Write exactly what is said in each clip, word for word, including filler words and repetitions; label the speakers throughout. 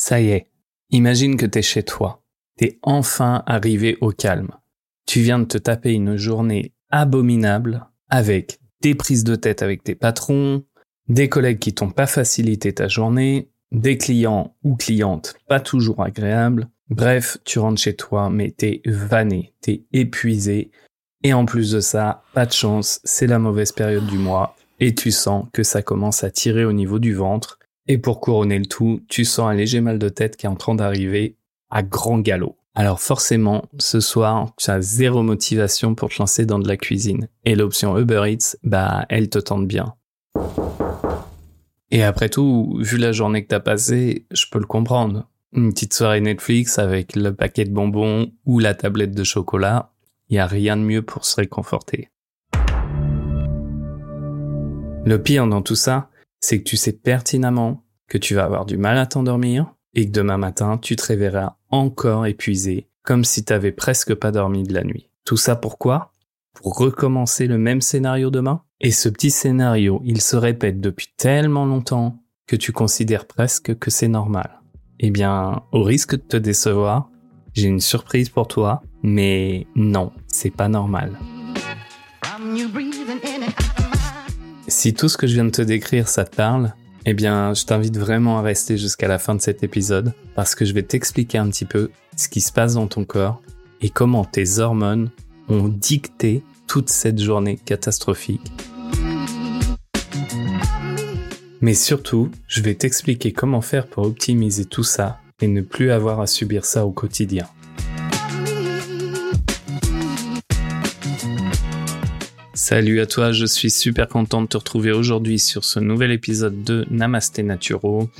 Speaker 1: Ça y est, imagine que t'es chez toi. T'es enfin arrivé au calme. Tu viens de te taper une journée abominable avec des prises de tête avec tes patrons, des collègues qui t'ont pas facilité ta journée, des clients ou clientes pas toujours agréables. Bref, tu rentres chez toi mais t'es vanné, t'es épuisé et en plus de ça, pas de chance, c'est la mauvaise période du mois et tu sens que ça commence à tirer au niveau du ventre. Et pour couronner le tout, tu sens un léger mal de tête qui est en train d'arriver à grand galop. Alors forcément, ce soir, tu as zéro motivation pour te lancer dans de la cuisine. Et l'option Uber Eats, bah, elle te tente bien. Et après tout, vu la journée que t'as passée, je peux le comprendre. Une petite soirée Netflix avec le paquet de bonbons ou la tablette de chocolat, il n'y a rien de mieux pour se réconforter. Le pire dans tout ça, c'est que tu sais pertinemment que tu vas avoir du mal à t'endormir et que demain matin, tu te réveilleras encore épuisé, comme si t'avais presque pas dormi de la nuit. Tout ça pourquoi ? Pour recommencer le même scénario demain ? Et ce petit scénario, il se répète depuis tellement longtemps que tu considères presque que c'est normal. Eh bien, au risque de te décevoir, j'ai une surprise pour toi, mais non, c'est pas normal. Si tout ce que je viens de te décrire, ça te parle, eh bien, je t'invite vraiment à rester jusqu'à la fin de cet épisode parce que je vais t'expliquer un petit peu ce qui se passe dans ton corps et comment tes hormones ont dicté toute cette journée catastrophique. Mais surtout, je vais t'expliquer comment faire pour optimiser tout ça et ne plus avoir à subir ça au quotidien. Salut à toi, je suis super content de te retrouver aujourd'hui sur ce nouvel épisode de Namasté Naturo.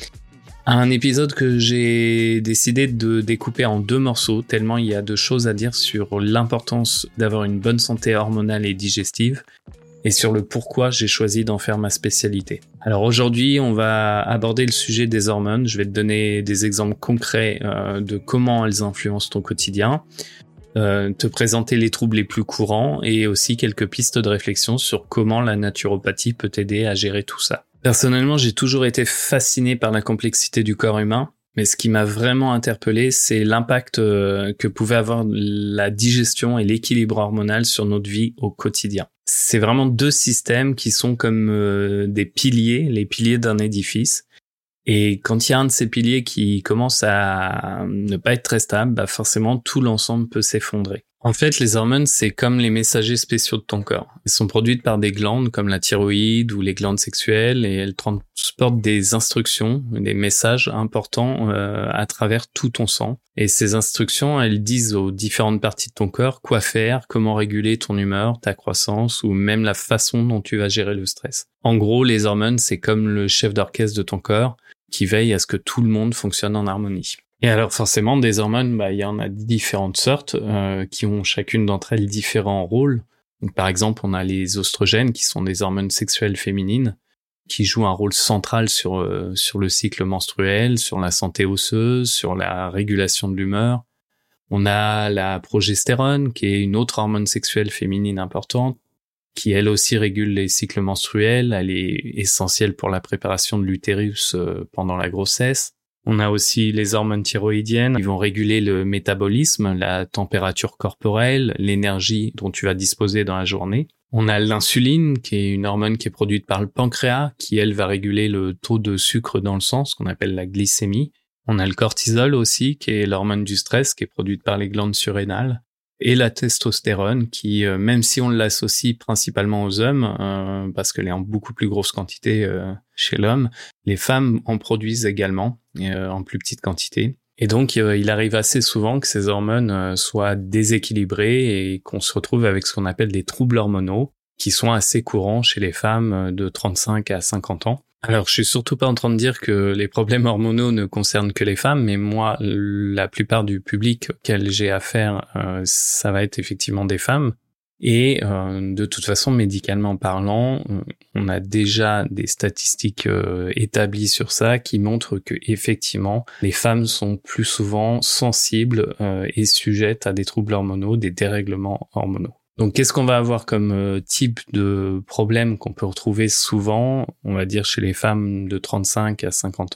Speaker 1: Un épisode que j'ai décidé de découper en deux morceaux, tellement il y a de choses à dire sur l'importance d'avoir une bonne santé hormonale et digestive, et sur le pourquoi j'ai choisi d'en faire ma spécialité. Alors aujourd'hui, on va aborder le sujet des hormones. Je vais te donner des exemples concrets euh, de comment elles influencent ton quotidien, euh, te présenter les troubles les plus courants et aussi quelques pistes de réflexion sur comment la naturopathie peut t'aider à gérer tout ça. Personnellement, j'ai toujours été fasciné par la complexité du corps humain, mais ce qui m'a vraiment interpellé, c'est l'impact euh, que pouvait avoir la digestion et l'équilibre hormonal sur notre vie au quotidien. C'est vraiment deux systèmes qui sont comme euh, des piliers, les piliers d'un édifice. Et quand il y a un de ces piliers qui commence à ne pas être très stable, bah forcément tout l'ensemble peut s'effondrer. En fait, les hormones, c'est comme les messagers spéciaux de ton corps. Elles sont produites par des glandes comme la thyroïde ou les glandes sexuelles et elles transportent des instructions, des messages importants euh, à travers tout ton sang. Et ces instructions, elles disent aux différentes parties de ton corps quoi faire, comment réguler ton humeur, ta croissance ou même la façon dont tu vas gérer le stress. En gros, les hormones, c'est comme le chef d'orchestre de ton corps qui veille à ce que tout le monde fonctionne en harmonie. Et alors forcément, des hormones, bah, il y en a différentes sortes euh, qui ont chacune d'entre elles différents rôles. Donc, par exemple, on a les oestrogènes qui sont des hormones sexuelles féminines qui jouent un rôle central sur euh, sur le cycle menstruel, sur la santé osseuse, sur la régulation de l'humeur. On a la progestérone qui est une autre hormone sexuelle féminine importante qui elle aussi régule les cycles menstruels. Elle est essentielle pour la préparation de l'utérus euh, pendant la grossesse. On a aussi les hormones thyroïdiennes qui vont réguler le métabolisme, la température corporelle, l'énergie dont tu vas disposer dans la journée. On a l'insuline, qui est une hormone qui est produite par le pancréas, qui elle va réguler le taux de sucre dans le sang, ce qu'on appelle la glycémie. On a le cortisol aussi, qui est l'hormone du stress, qui est produite par les glandes surrénales. Et la testostérone, qui, euh, même si on l'associe principalement aux hommes, euh, parce qu'elle est en beaucoup plus grosse quantité euh, chez l'homme, les femmes en produisent également, euh, en plus petite quantité. Et donc, euh, il arrive assez souvent que ces hormones euh, soient déséquilibrées et qu'on se retrouve avec ce qu'on appelle des troubles hormonaux, qui sont assez courants chez les femmes de trente-cinq à cinquante ans. Alors, je suis surtout pas en train de dire que les problèmes hormonaux ne concernent que les femmes, mais moi, la plupart du public auquel j'ai affaire, euh, ça va être effectivement des femmes. Et euh, de toute façon, médicalement parlant, on a déjà des statistiques euh, établies sur ça qui montrent que effectivement, les femmes sont plus souvent sensibles euh, et sujettes à des troubles hormonaux, des dérèglements hormonaux. Donc, qu'est-ce qu'on va avoir comme euh, type de problème qu'on peut retrouver souvent, on va dire chez les femmes de trente-cinq à cinquante ans?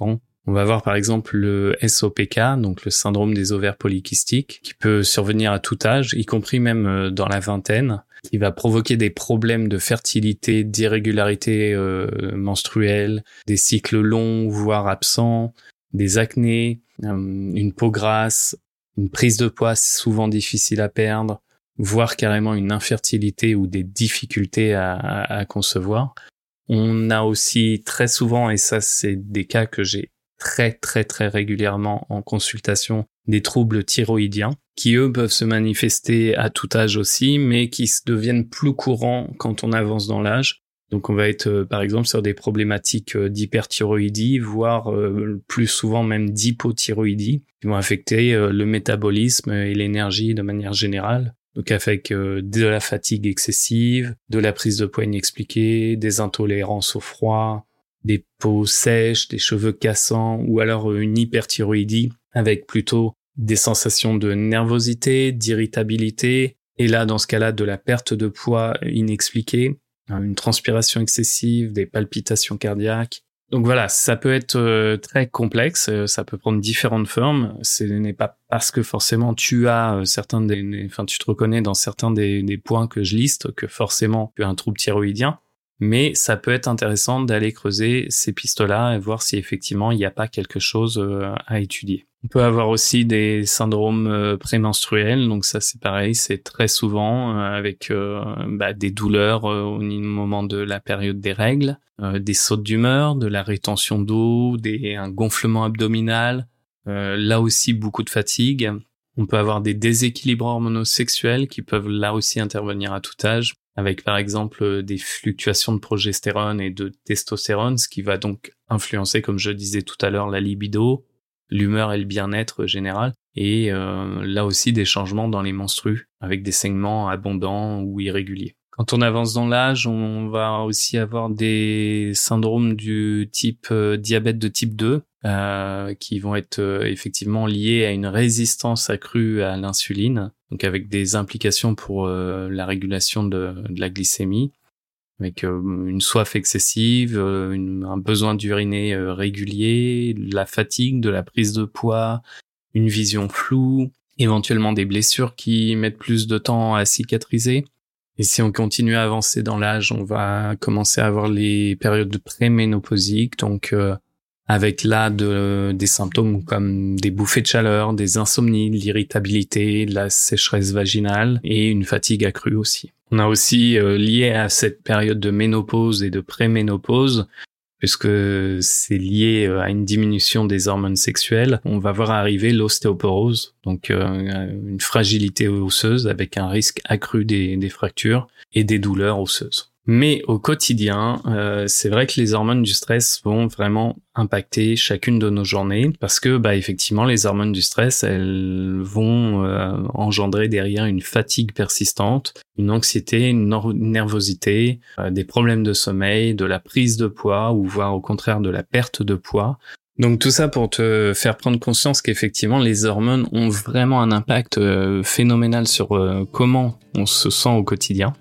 Speaker 1: On va voir par exemple le S O P K, donc le syndrome des ovaires polykystiques, qui peut survenir à tout âge, y compris même dans la vingtaine, qui va provoquer des problèmes de fertilité, d'irrégularité euh, menstruelle, des cycles longs, voire absents, des acnés, euh, une peau grasse, une prise de poids souvent difficile à perdre, voire carrément une infertilité ou des difficultés à, à, à concevoir. On a aussi très souvent, et ça c'est des cas que j'ai très très très régulièrement en consultation, des troubles thyroïdiens qui eux peuvent se manifester à tout âge aussi, mais qui deviennent plus courants quand on avance dans l'âge. Donc on va être euh, par exemple sur des problématiques euh, d'hyperthyroïdie, voire euh, plus souvent même d'hypothyroïdie, qui vont affecter euh, le métabolisme et l'énergie de manière générale. Donc avec euh, de la fatigue excessive, de la prise de poids inexpliquée, des intolérances au froid, des peaux sèches, des cheveux cassants, ou alors une hyperthyroïdie avec plutôt des sensations de nervosité, d'irritabilité, et là dans ce cas-là de la perte de poids inexpliquée, une transpiration excessive, des palpitations cardiaques. Donc voilà, ça peut être euh, très complexe, euh, ça peut prendre différentes formes. Ce n'est pas parce que forcément tu as euh, certains des, des, enfin tu te reconnais dans certains des, des points que je liste que forcément tu as un trouble thyroïdien. Mais ça peut être intéressant d'aller creuser ces pistes-là et voir si effectivement il n'y a pas quelque chose euh, à étudier. On peut avoir aussi des syndromes euh, prémenstruels, donc ça c'est pareil, c'est très souvent euh, avec euh, bah, des douleurs euh, au moment de la période des règles, euh, des sautes d'humeur, de la rétention d'eau, des, un gonflement abdominal, euh, là aussi beaucoup de fatigue. On peut avoir des déséquilibres hormono-sexuels qui peuvent là aussi intervenir à tout âge, avec par exemple des fluctuations de progestérone et de testostérone, ce qui va donc influencer, comme je disais tout à l'heure, la libido, l'humeur et le bien-être général, et euh, là aussi des changements dans les menstrues, avec des saignements abondants ou irréguliers. Quand on avance dans l'âge, on va aussi avoir des syndromes du type euh, diabète de type deux, euh, qui vont être euh, effectivement liés à une résistance accrue à l'insuline, donc avec des implications pour euh, la régulation de, de la glycémie, avec euh, une soif excessive, euh, une, un besoin d'uriner euh, régulier, de la fatigue, de la prise de poids, une vision floue, éventuellement des blessures qui mettent plus de temps à cicatriser. Et si on continue à avancer dans l'âge, on va commencer à avoir les périodes préménopausiques, donc euh, avec là de, des symptômes comme des bouffées de chaleur, des insomnies, de l'irritabilité, de la sécheresse vaginale et une fatigue accrue aussi. On a aussi euh, lié à cette période de ménopause et de préménopause, puisque c'est lié à une diminution des hormones sexuelles, on va voir arriver l'ostéoporose, donc euh, une fragilité osseuse avec un risque accru des, des fractures et des douleurs osseuses. Mais au quotidien, euh, c'est vrai que les hormones du stress vont vraiment impacter chacune de nos journées parce que, bah, effectivement, les hormones du stress, elles vont euh, engendrer derrière une fatigue persistante, une anxiété, une nor- nervosité, euh, des problèmes de sommeil, de la prise de poids ou voire au contraire de la perte de poids. Donc tout ça pour te faire prendre conscience qu'effectivement les hormones ont vraiment un impact euh, phénoménal sur euh, comment on se sent au quotidien.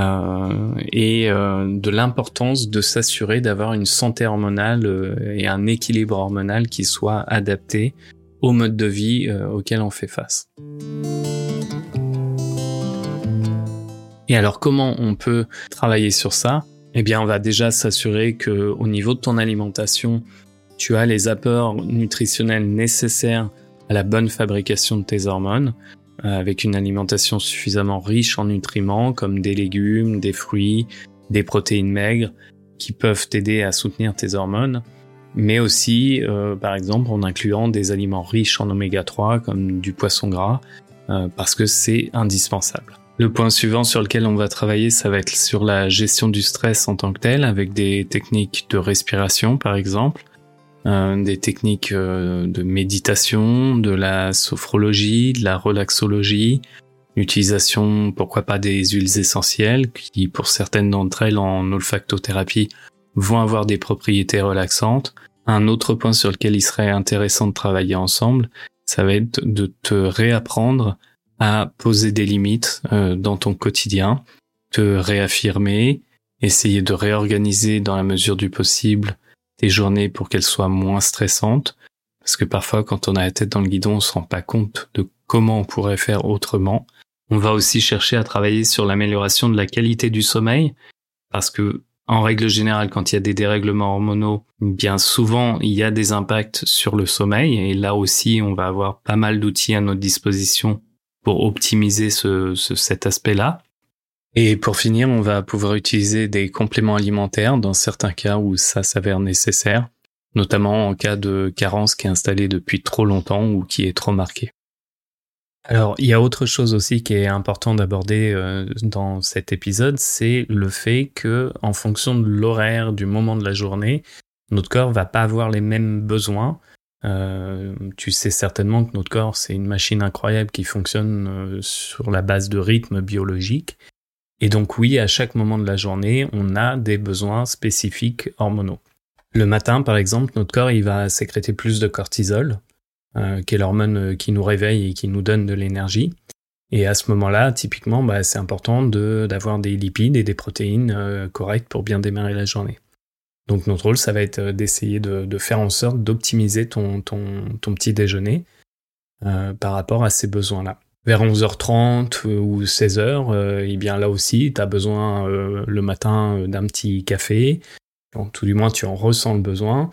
Speaker 1: Euh, et euh, de l'importance de s'assurer d'avoir une santé hormonale euh, et un équilibre hormonal qui soit adapté au mode de vie euh, auquel on fait face. Et alors comment on peut travailler sur ça ? Eh bien on va déjà s'assurer que au niveau de ton alimentation, tu as les apports nutritionnels nécessaires à la bonne fabrication de tes hormones, avec une alimentation suffisamment riche en nutriments comme des légumes, des fruits, des protéines maigres qui peuvent t'aider à soutenir tes hormones, mais aussi euh, par exemple en incluant des aliments riches en oméga trois comme du poisson gras euh, parce que c'est indispensable. Le point suivant sur lequel on va travailler, ça va être sur la gestion du stress en tant que tel, avec des techniques de respiration par exemple, Euh, des techniques euh, de méditation, de la sophrologie, de la relaxologie, l'utilisation, pourquoi pas, des huiles essentielles qui, pour certaines d'entre elles en olfactothérapie, vont avoir des propriétés relaxantes. Un autre point sur lequel il serait intéressant de travailler ensemble, ça va être de te réapprendre à poser des limites euh, dans ton quotidien, te réaffirmer, essayer de réorganiser dans la mesure du possible tes journées pour qu'elles soient moins stressantes. Parce que parfois, quand on a la tête dans le guidon, on se rend pas compte de comment on pourrait faire autrement. On va aussi chercher à travailler sur l'amélioration de la qualité du sommeil. Parce que, en règle générale, quand il y a des dérèglements hormonaux, bien souvent, il y a des impacts sur le sommeil. Et là aussi, on va avoir pas mal d'outils à notre disposition pour optimiser ce, ce, cet aspect-là. Et pour finir, on va pouvoir utiliser des compléments alimentaires dans certains cas où ça s'avère nécessaire, notamment en cas de carence qui est installée depuis trop longtemps ou qui est trop marquée. Alors, il y a autre chose aussi qui est important d'aborder euh, dans cet épisode, c'est le fait que, en fonction de l'horaire, du moment de la journée, notre corps va pas avoir les mêmes besoins. Euh, tu sais certainement que notre corps, c'est une machine incroyable qui fonctionne euh, sur la base de rythmes biologiques. Et donc oui, à chaque moment de la journée, on a des besoins spécifiques hormonaux. Le matin, par exemple, notre corps il va sécréter plus de cortisol, euh, qui est l'hormone qui nous réveille et qui nous donne de l'énergie. Et à ce moment-là, typiquement, bah, c'est important de, d'avoir des lipides et des protéines euh, correctes pour bien démarrer la journée. Donc notre rôle, ça va être d'essayer de, de faire en sorte d'optimiser ton, ton, ton petit déjeuner euh, par rapport à ces besoins-là. Vers onze heures trente ou seize heures, euh, et bien là aussi, tu as besoin euh, le matin d'un petit café. Bon, tout du moins, tu en ressens le besoin.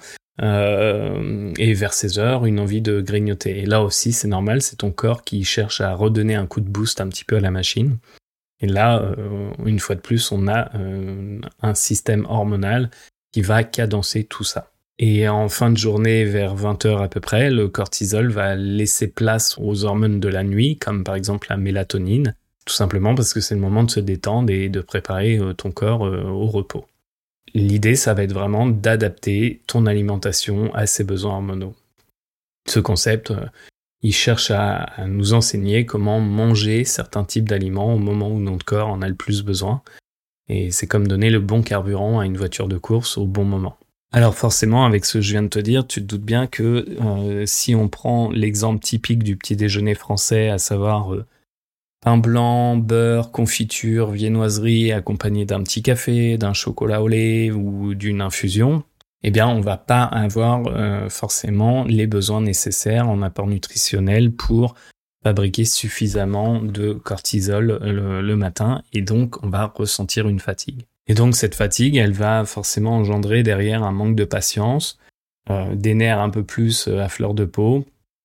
Speaker 1: Euh, et vers seize heures, une envie de grignoter. Et là aussi, c'est normal, c'est ton corps qui cherche à redonner un coup de boost un petit peu à la machine. Et là, euh, une fois de plus, on a euh, un système hormonal qui va cadencer tout ça. Et en fin de journée, vers vingt heures à peu près, le cortisol va laisser place aux hormones de la nuit, comme par exemple la mélatonine, tout simplement parce que c'est le moment de se détendre et de préparer ton corps au repos. L'idée, ça va être vraiment d'adapter ton alimentation à ces besoins hormonaux. Ce concept, il cherche à, à nous enseigner comment manger certains types d'aliments au moment où notre corps en a le plus besoin. Et c'est comme donner le bon carburant à une voiture de course au bon moment. Alors forcément, avec ce que je viens de te dire, tu te doutes bien que euh, si on prend l'exemple typique du petit déjeuner français, à savoir euh, pain blanc, beurre, confiture, viennoiserie, accompagné d'un petit café, d'un chocolat au lait ou d'une infusion, eh bien on va pas avoir euh, forcément les besoins nécessaires en apport nutritionnel pour fabriquer suffisamment de cortisol le, le matin, et donc on va ressentir une fatigue. Et donc cette fatigue, elle va forcément engendrer derrière un manque de patience, euh, des nerfs un peu plus à fleur de peau,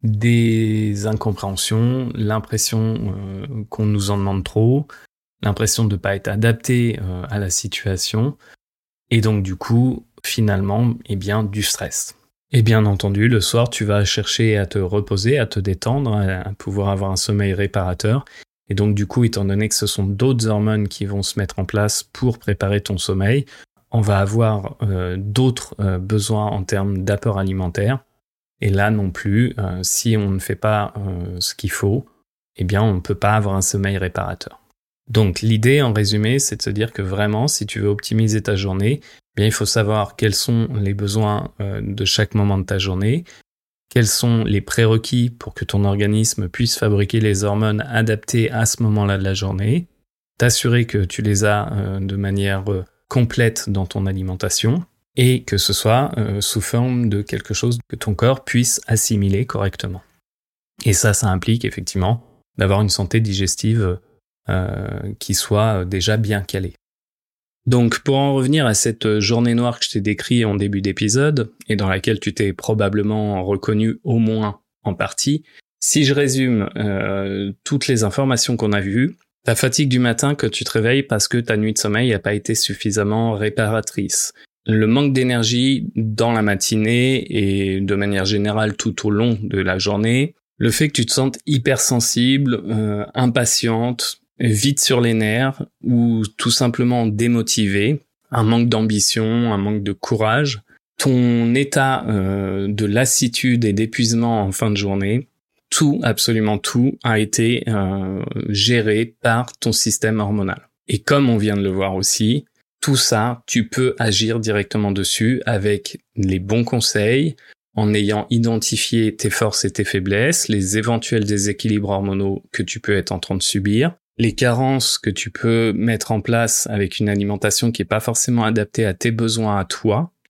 Speaker 1: des incompréhensions, l'impression euh, qu'on nous en demande trop, l'impression de ne pas être adapté euh, à la situation, et donc du coup, finalement, eh bien, du stress. Et bien entendu, le soir, tu vas chercher à te reposer, à te détendre, à pouvoir avoir un sommeil réparateur. Et donc du coup, étant donné que ce sont d'autres hormones qui vont se mettre en place pour préparer ton sommeil, on va avoir euh, d'autres euh, besoins en termes d'apport alimentaire. Et là non plus, euh, si on ne fait pas euh, ce qu'il faut, eh bien on ne peut pas avoir un sommeil réparateur. Donc l'idée en résumé, c'est de se dire que vraiment, si tu veux optimiser ta journée, eh bien il faut savoir quels sont les besoins euh, de chaque moment de ta journée, quels sont les prérequis pour que ton organisme puisse fabriquer les hormones adaptées à ce moment-là de la journée, t'assurer que tu les as euh, de manière euh, complète dans ton alimentation, et que ce soit euh, sous forme de quelque chose que ton corps puisse assimiler correctement. Et ça, ça implique effectivement d'avoir une santé digestive euh, qui soit déjà bien calée. Donc pour en revenir à cette journée noire que je t'ai décrite en début d'épisode, et dans laquelle tu t'es probablement reconnu au moins en partie, si je résume euh, toutes les informations qu'on a vues, ta fatigue du matin que tu te réveilles parce que ta nuit de sommeil n'a pas été suffisamment réparatrice. Le manque d'énergie dans la matinée et de manière générale tout au long de la journée, le fait que tu te sentes hypersensible, euh, impatiente, vite sur les nerfs ou tout simplement démotivé, un manque d'ambition, un manque de courage, ton état euh, de lassitude et d'épuisement en fin de journée, tout, absolument tout, a été euh, géré par ton système hormonal. Et comme on vient de le voir aussi, tout ça, tu peux agir directement dessus avec les bons conseils, en ayant identifié tes forces et tes faiblesses, les éventuels déséquilibres hormonaux que tu peux être en train de subir, les carences que tu peux mettre en place avec une alimentation qui est pas forcément adaptée à tes besoins à toi,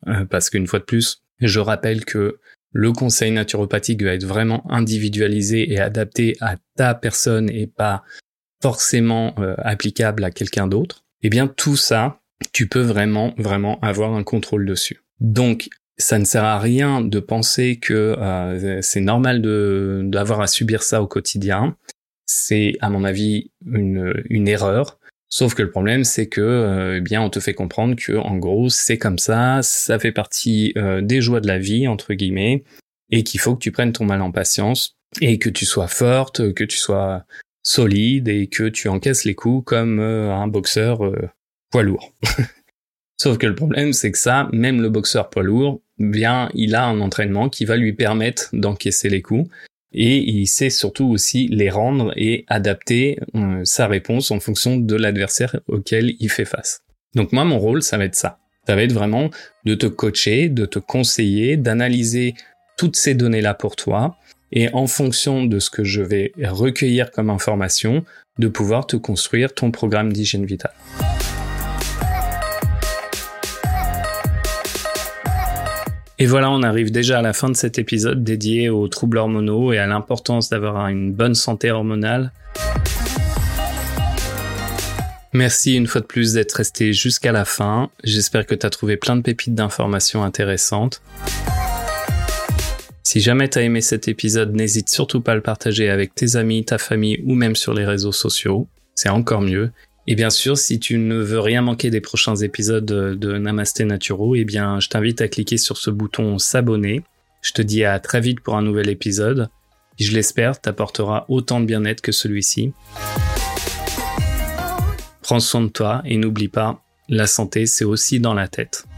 Speaker 1: euh, parce qu'une fois de plus, je rappelle que le conseil naturopathique va être vraiment individualisé et adapté à ta personne et pas forcément euh, applicable à quelqu'un d'autre. Eh bien, tout ça, tu peux vraiment, vraiment avoir un contrôle dessus. Donc, ça ne sert à rien de penser que euh, c'est normal de, d'avoir à subir ça au quotidien. C'est, à mon avis, une, une erreur. Sauf que le problème, c'est que, euh, eh bien, on te fait comprendre que, en gros, c'est comme ça, ça fait partie euh, des joies de la vie, entre guillemets, et qu'il faut que tu prennes ton mal en patience, et que tu sois forte, que tu sois solide, et que tu encaisses les coups comme euh, un boxeur euh, poids lourd. Sauf que le problème, c'est que ça, même le boxeur poids lourd, bien, il a un entraînement qui va lui permettre d'encaisser les coups, et il sait surtout aussi les rendre et adapter euh, sa réponse en fonction de l'adversaire auquel il fait face. Donc moi, mon rôle, ça va être ça. Ça va être vraiment de te coacher, de te conseiller, d'analyser toutes ces données-là pour toi, et en fonction de ce que je vais recueillir comme information, de pouvoir te construire ton programme d'hygiène vitale. Et voilà, on arrive déjà à la fin de cet épisode dédié aux troubles hormonaux et à l'importance d'avoir une bonne santé hormonale. Merci une fois de plus d'être resté jusqu'à la fin. J'espère que tu as trouvé plein de pépites d'informations intéressantes. Si jamais tu as aimé cet épisode, n'hésite surtout pas à le partager avec tes amis, ta famille ou même sur les réseaux sociaux. C'est encore mieux. Et bien sûr, si tu ne veux rien manquer des prochains épisodes de Namasté Naturo, eh bien, je t'invite à cliquer sur ce bouton s'abonner. Je te dis à très vite pour un nouvel épisode, qui, je l'espère, t'apportera autant de bien-être que celui-ci. Prends soin de toi et n'oublie pas, la santé, c'est aussi dans la tête.